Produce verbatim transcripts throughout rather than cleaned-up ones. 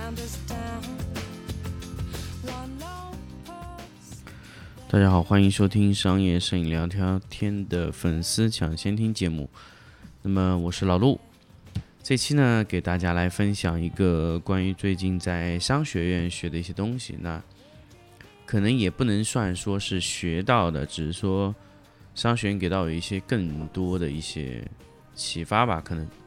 大家好，欢迎收听商业摄影聊聊天的粉丝抢先听节目。那么我是老陆，这期呢给大家来分享一个关于最近在商学院学的一些东西。那可能也不能算说是学到的，只是说商学院给到我一些更多的一些启发吧。可能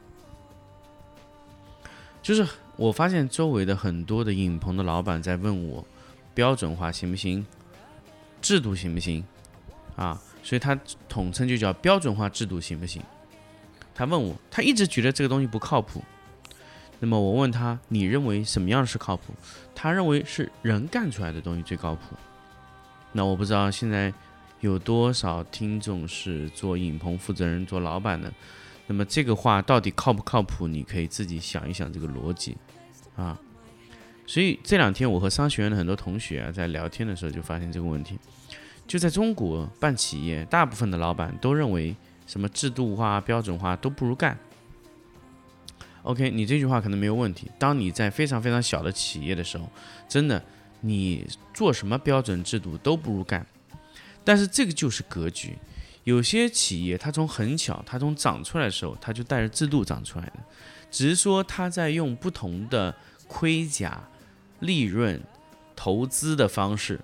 就是我发现周围的很多的影棚的老板在问我，标准化行不行？制度行不行啊？所以他统称就叫标准化制度行不行？他问我，他一直觉得这个东西不靠谱。那么我问他，你认为什么样是靠谱？他认为是人干出来的东西最靠谱。那我不知道现在有多少听众是做影棚负责人、做老板的。那么这个话到底靠不靠谱？你可以自己想一想这个逻辑啊。所以这两天我和商学院的很多同学啊，在聊天的时候就发现这个问题。就在中国办企业，大部分的老板都认为什么制度化、标准化都不如干。OK， 你这句话可能没有问题。当你在非常非常小的企业的时候，真的你做什么标准制度都不如干。但是这个就是格局。有些企业它从很小，它从长出来的时候，它就带着制度长出来的，只是说它在用不同的盔甲、利润、投资的方式，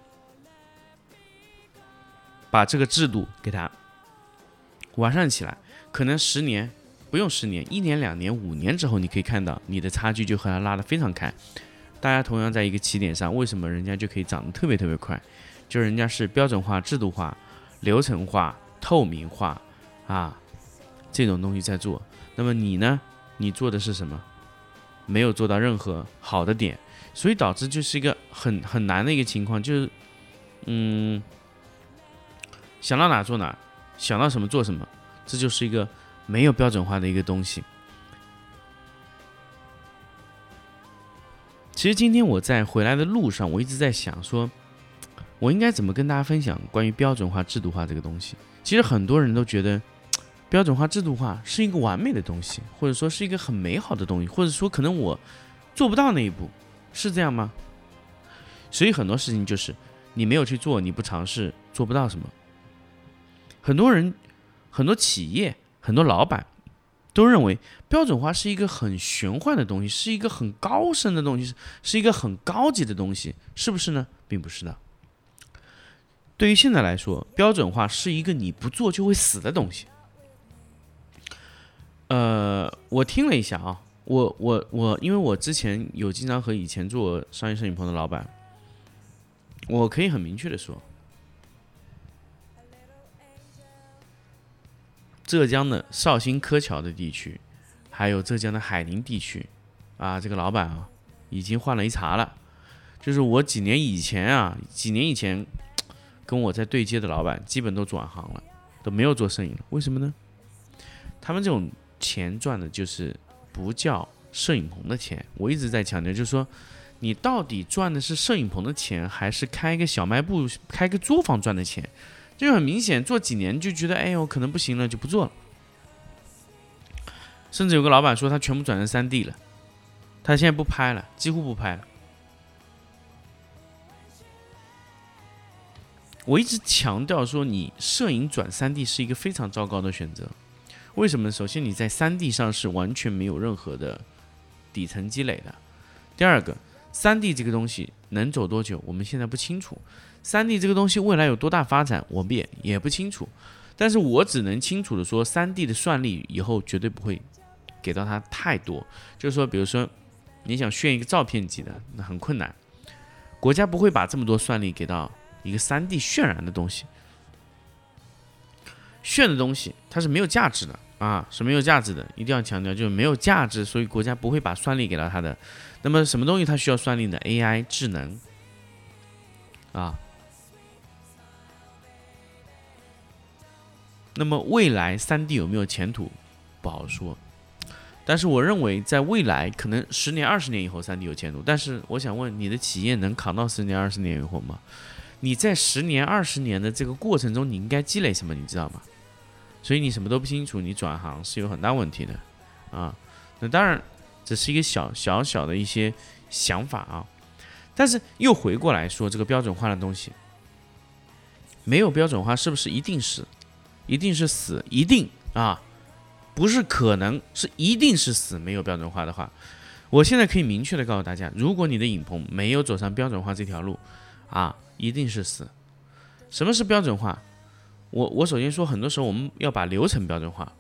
把这个制度给它完善起来。可能十年不用十年，一年、两年、五年之后，你可以看到你的差距就和它拉得非常开。大家同样在一个起点上，为什么人家就可以长得特别特别快？就是人家是标准化、制度化、流程化、透明化啊，这种东西在做。那么你呢？你做的是什么？没有做到任何好的点，所以导致就是一个很很难的一个情况，就是嗯，想到哪做哪，想到什么做什么，这就是一个没有标准化的一个东西。其实今天我在回来的路上，我一直在想说，我应该怎么跟大家分享关于标准化、制度化这个东西。其实很多人都觉得标准化、制度化是一个完美的东西，或者说是一个很美好的东西，或者说可能我做不到那一步，是这样吗？所以很多事情就是你没有去做，你不尝试，做不到什么。很多人、很多企业、很多老板都认为标准化是一个很玄幻的东西，是一个很高深的东西，是一个很高级的东西，是不是呢？并不是的。对于现在来说，标准化是一个你不做就会死的东西。呃，我听了一下啊，我我我，因为我之前有经常和以前做商业摄影棚的老板，我可以很明确的说，浙江的绍兴柯桥的地区，还有浙江的海宁地区，啊，这个老板啊，已经换了一茬了。就是我几年以前啊，几年以前跟我在对接的老板，基本都转行了，都没有做摄影了。为什么呢？他们这种钱赚的就是不叫摄影棚的钱。我一直在强调，就是说，你到底赚的是摄影棚的钱，还是开一个小卖部、开个作坊赚的钱？就很明显，做几年就觉得，哎呦，可能不行了，就不做了。甚至有个老板说，他全部转成 三 D 了，他现在不拍了，几乎不拍了。我一直强调说，你摄影转 三 D 是一个非常糟糕的选择。为什么？首先，你在 三 D 上是完全没有任何的底层积累的。第二个 ，三 D 这个东西能走多久，我们现在不清楚。三 D 这个东西未来有多大发展，我们也也不清楚。但是我只能清楚的说 ，三 D 的算力以后绝对不会给到它太多。就是说，比如说你想炫一个照片级的，那很困难，国家不会把这么多算力给到一个 三 D 渲染的东西。炫的东西它是没有价值的啊，是没有价值的，一定要强调，就是没有价值，所以国家不会把算力给到它的。那么什么东西它需要算力呢 ？A I 智能啊。那么未来 三 D 有没有前途，不好说。但是我认为，在未来可能十年、二十年以后 三 D 有前途。但是我想问，你的企业能扛到十年、二十年以后吗？你在十年、二十年的这个过程中，你应该积累什么，你知道吗？所以你什么都不清楚，你转行是有很大问题的啊。那当然，这是一个小小小的一些想法啊。但是又回过来说，这个标准化的东西，没有标准化是不是一定是，一定是死，一定啊，不是可能，是一定是死。没有标准化的话，我现在可以明确的告诉大家，如果你的影棚没有走上标准化这条路啊，一定是死。什么是标准化？我我首先说，很多时候我们要把流程标准化。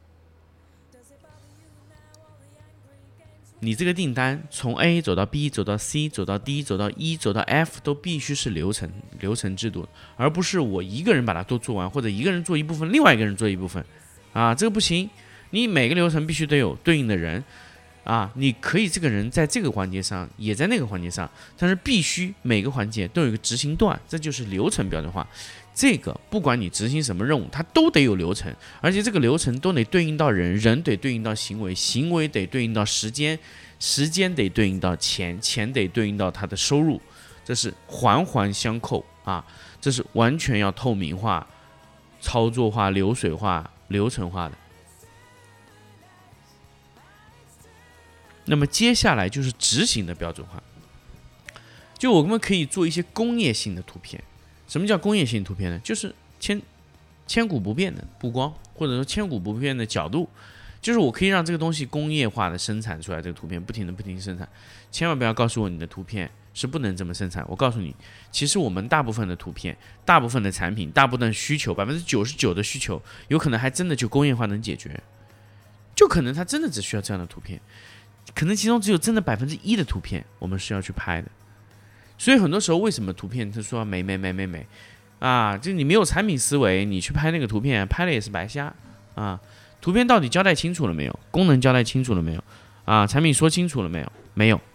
你这个订单从 A 走到 B 走到 C 走到 D 走到 E 走到 F 都必须是流程流程制度，而不是我一个人把它都做完，或者一个人做一部分，另外一个人做一部分啊，这个不行。你每个流程必须得有对应的人啊，你可以这个人在这个环节上也在那个环节上，但是必须每个环节都有一个执行段，这就是流程标准化。这个不管你执行什么任务，它都得有流程，而且这个流程都得对应到人，人得对应到行为，行为得对应到时间，时间得对应到钱，钱得对应到他的收入，这是环环相扣啊！这是完全要透明化、操作化、流水化、流程化的。那么接下来就是执行的标准化，就我们可以做一些工业性的图片。什么叫工业性图片呢？就是千千古不变的布光，或者说千古不变的角度，就是我可以让这个东西工业化的生产出来，这个图片不停的不停地生产。千万不要告诉我你的图片是不能这么生产。我告诉你，其实我们大部分的图片、大部分的产品、大部分的需求，百分之九十九的需求，有可能还真的就工业化能解决，就可能它真的只需要这样的图片，可能其中只有真的百分之一的图片我们是要去拍的。所以很多时候，为什么图片他说美美美美美啊？就你没有产品思维，你去拍那个图片，拍了也是白瞎啊！图片到底交代清楚了没有？功能交代清楚了没有？啊，产品说清楚了没有？没有，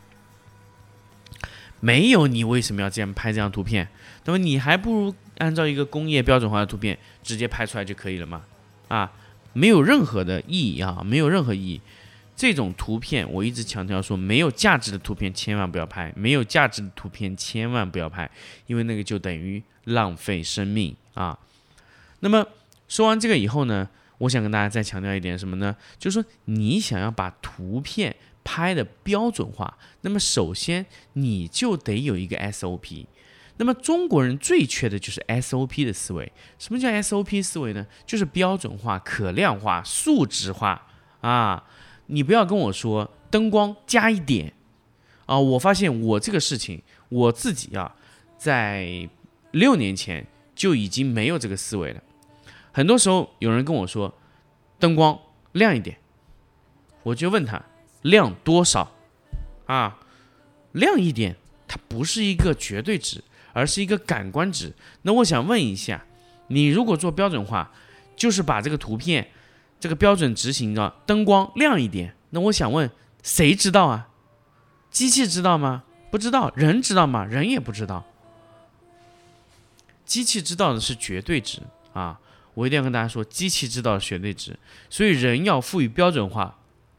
没有，你为什么要这样拍这张图片？那么你还不如按照一个工业标准化的图片直接拍出来就可以了嘛？啊，没有任何的意义啊，没有任何意义。这种图片我一直强调说，没有价值的图片千万不要拍，没有价值的图片千万不要拍，因为那个就等于浪费生命啊。那么说完这个以后呢，我想跟大家再强调一点什么呢？就是说你想要把图片拍的标准化，那么首先你就得有一个 S O P。那么中国人最缺的就是 S O P 的思维。什么叫 S O P 思维呢？就是标准化、可量化、数值化啊。你不要跟我说灯光加一点啊！我发现我这个事情我自己啊，在六年前就已经没有这个思维了。很多时候有人跟我说灯光亮一点，我就问他亮多少啊？亮一点，它不是一个绝对值，而是一个感官值。那我想问一下，你如果做标准化，就是把这个图片这个标准执行的灯光亮一点，那我想问，谁知道啊？机器知道吗？不知道。人知道吗？人也不知道。机器知道的是绝对值啊！我一定要跟大家说，机器知道的绝对值，所以人要赋予标准化，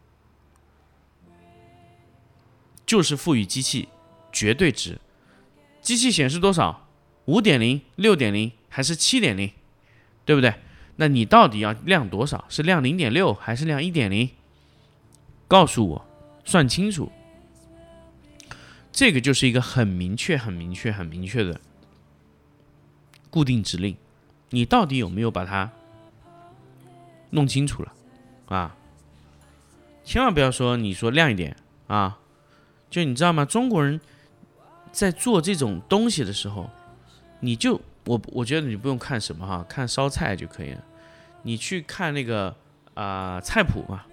就是赋予机器绝对值。机器显示多少？ 五点零、六点零 还是 七点零， 对不对？那你到底要亮多少？是亮 零点六 还是亮 一点零？ 告诉我，算清楚。这个就是一个很明确、很明确、很明确的固定指令，你到底有没有把它弄清楚了啊？千万不要说你说亮一点啊，就你知道吗？中国人在做这种东西的时候，你就我我觉得你不用看什么哈，看烧菜就可以了。你去看那个啊、呃、菜谱嘛，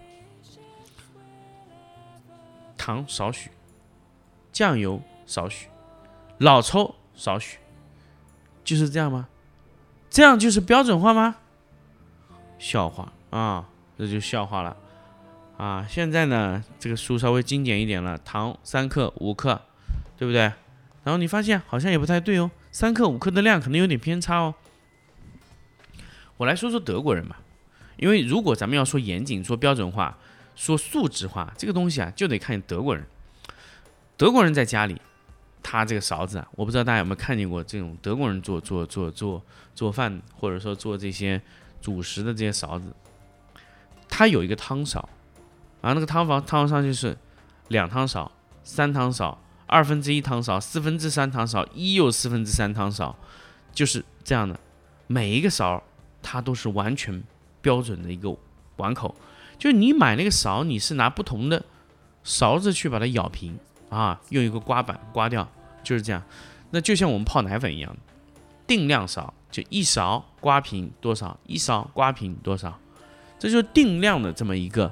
糖少许，酱油少许，老抽少许，就是这样吗？这样就是标准化吗？笑话啊，这就笑话了啊！现在呢，这个书稍微精简一点了，糖三克、五克，对不对？然后你发现好像也不太对哦，三克五克的量可能有点偏差哦。我来说说德国人吧，因为如果咱们要说严谨、说标准化、说数值化，这个东西啊，就得看德国人。德国人在家里，他这个勺子啊，我不知道大家有没有看见过这种德国人做做做做做饭，或者说做这些主食的这些勺子，他有一个汤勺，啊，那个汤勺汤勺上就是两汤勺三汤勺，二分之一汤勺，四分之三汤勺，一又四分之三汤勺，就是这样的。每一个勺它都是完全标准的一个碗口，就是你买那个勺，你是拿不同的勺子去把它舀平啊，用一个刮板刮掉，就是这样。那就像我们泡奶粉一样，定量勺就一勺刮平多少，一勺刮平多少，这就是定量的这么一个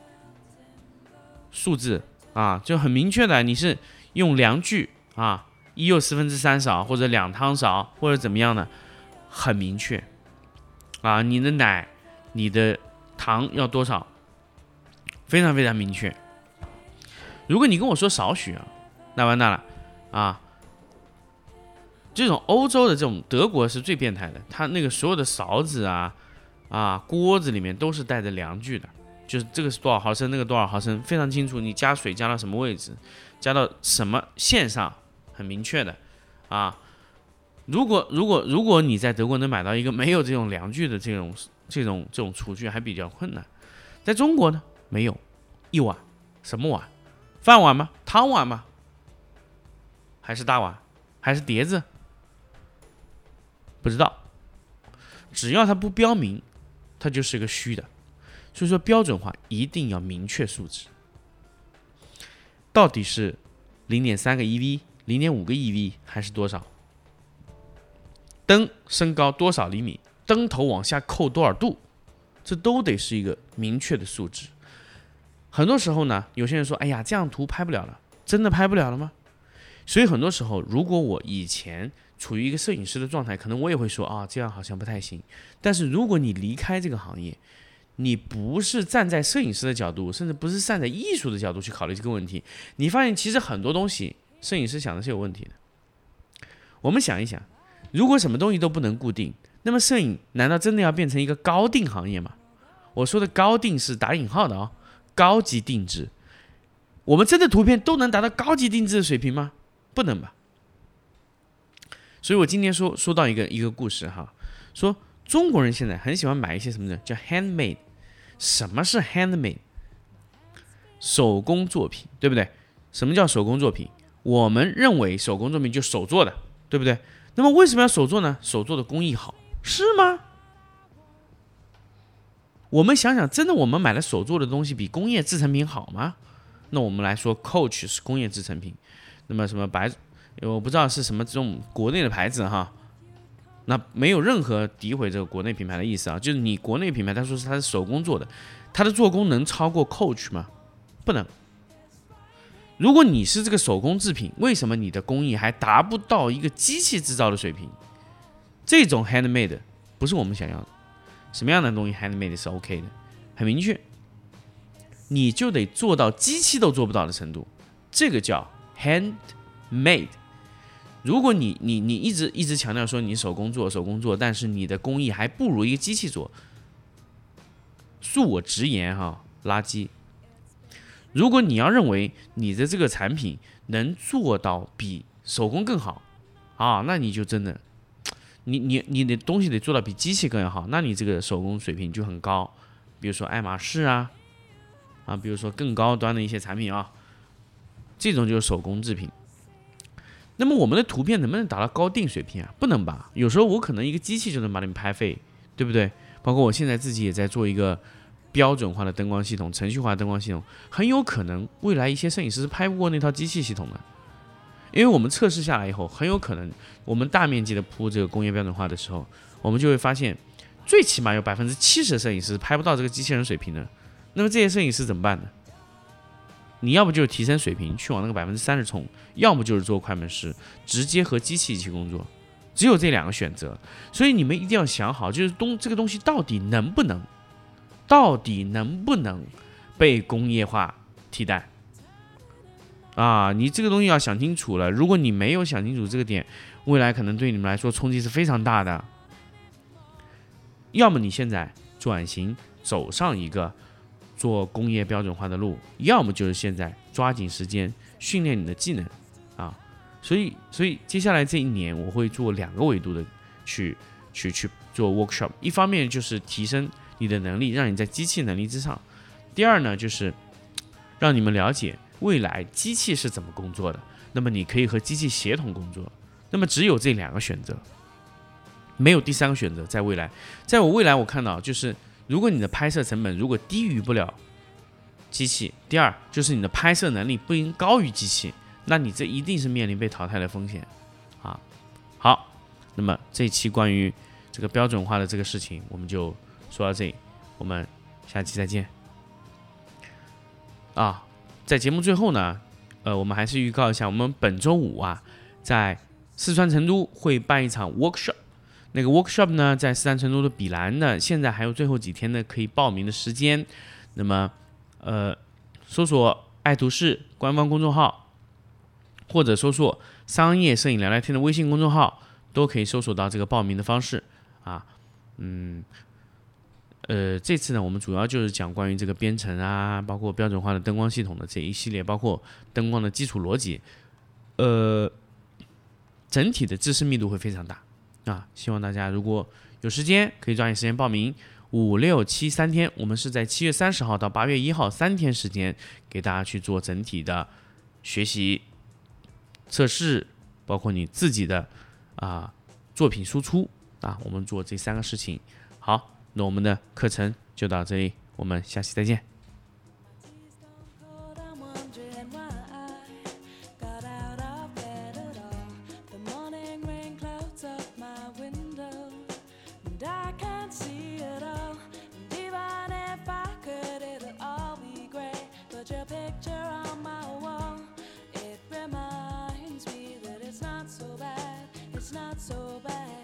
数字啊，就很明确的，你是用量具啊，一又四分之三勺或者两汤勺或者怎么样的，很明确啊，你的奶、你的糖要多少，非常非常明确。如果你跟我说少许啊，那完蛋了啊！这种欧洲的这种德国是最变态的，它那个所有的勺子啊啊锅子里面都是带着量具的，就是这个是多少毫升，那个多少毫升，非常清楚。你加水加到什么位置，加到什么线上，很明确的啊。如果如果如果你在德国能买到一个没有这种量具的这种这种这种厨具，还比较困难。在中国呢，没有一碗，什么碗？饭碗吗？汤碗吗？还是大碗？还是碟子？不知道，只要它不标明，它就是个虚的。所以说标准化一定要明确数值，到底是 零点三 个 E V、零点五 个 E V 还是多少？灯升高多少厘米？灯头往下扣多少度？这都得是一个明确的数值。很多时候呢，有些人说：“哎呀，这样图拍不了了。”真的拍不了了吗？所以很多时候，如果我以前处于一个摄影师的状态，可能我也会说啊，这样好像不太行。但是如果你离开这个行业，你不是站在摄影师的角度，甚至不是站在艺术的角度去考虑这个问题，你发现其实很多东西摄影师想的是有问题的。我们想一想，如果什么东西都不能固定，那么摄影难道真的要变成一个高定行业吗？我说的高定是打引号的哦，高级定制。我们真的图片都能达到高级定制的水平吗？不能吧。所以我今天说说到一个一个故事哈，说中国人现在很喜欢买一些什么呢？叫 handmade。什么是 handmade？ 手工作品，对不对？什么叫手工作品？我们认为手工作品就手做的，对不对？那么为什么要手做呢？手做的工艺好，是吗？我们想想，真的我们买了手做的东西比工业制成品好吗？那我们来说 Coach 是工业制成品，那么什么白，我不知道是什么这种国内的牌子哈，那没有任何诋毁这个国内品牌的意思啊，就是你国内品牌，他说是它是手工做的，它的做工能超过 Coach 吗？不能。如果你是这个手工制品，为什么你的工艺还达不到一个机器制造的水平？这种 handmade 不是我们想要的。什么样的东西 handmade 是 OK 的？很明确，你就得做到机器都做不到的程度，这个叫 handmade。如果你你你一直一直强调说你手工做手工做，但是你的工艺还不如一个机器做，恕我直言哈，垃圾。如果你要认为你的这个产品能做到比手工更好啊，那你就真的。你你你的东西得做到比机器更要好，那你这个手工水平就很高。比如说爱马仕啊，啊，比如说更高端的一些产品啊，这种就是手工制品。那么我们的图片能不能达到高定水平啊？不能吧？有时候我可能一个机器就能把你们拍废，对不对？包括我现在自己也在做一个标准化的灯光系统、程序化的灯光系统，很有可能未来一些摄影师是拍不过那套机器系统的。因为我们测试下来以后，很有可能我们大面积的铺这个工业标准化的时候，我们就会发现，最起码有百分之七十的摄影师拍不到这个机器人水平的。那么这些摄影师怎么办呢？你要不就是提升水平，去往那个百分之三十冲，要么就是做快门师，直接和机器一起工作，只有这两个选择。所以你们一定要想好，就是东这个东西到底能不能，到底能不能被工业化替代？啊，你这个东西要想清楚了。如果你没有想清楚这个点，未来可能对你们来说冲击是非常大的。要么你现在转型走上一个做工业标准化的路，要么就是现在抓紧时间训练你的技能啊。所以，所以接下来这一年我会做两个维度的去去去做 workshop。一方面就是提升你的能力，让你在机器能力之上；第二呢，就是让你们了解未来机器是怎么工作的，那么你可以和机器协同工作。那么只有这两个选择，没有第三个选择。在未来，在我未来我看到就是，如果你的拍摄成本如果低于不了机器，第二就是你的拍摄能力不应高于机器，那你这一定是面临被淘汰的风险啊。好，那么这一期关于这个标准化的这个事情，我们就说到这里，我们下期再见。啊，在节目最后呢，呃，我们还是预告一下，我们本周五啊，在四川成都会办一场 workshop。那个 workshop 呢，在四川成都的比兰呢，现在还有最后几天呢可以报名的时间。那么，呃，搜索爱图仕官方公众号，或者搜索商业摄影聊聊天的微信公众号，都可以搜索到这个报名的方式啊。嗯，呃，这次呢，我们主要就是讲关于这个编程啊，包括标准化的灯光系统的这一系列，包括灯光的基础逻辑，呃。整体的知识密度会非常大啊！希望大家如果有时间，可以抓紧时间报名。五六七三天，我们是在七月三十号到八月一号三天时间，给大家去做整体的学习、测试，包括你自己的啊作品输出啊，我们做这三个事情。好，那我们的课程就到这里，我们下期再见。 It's not so bad.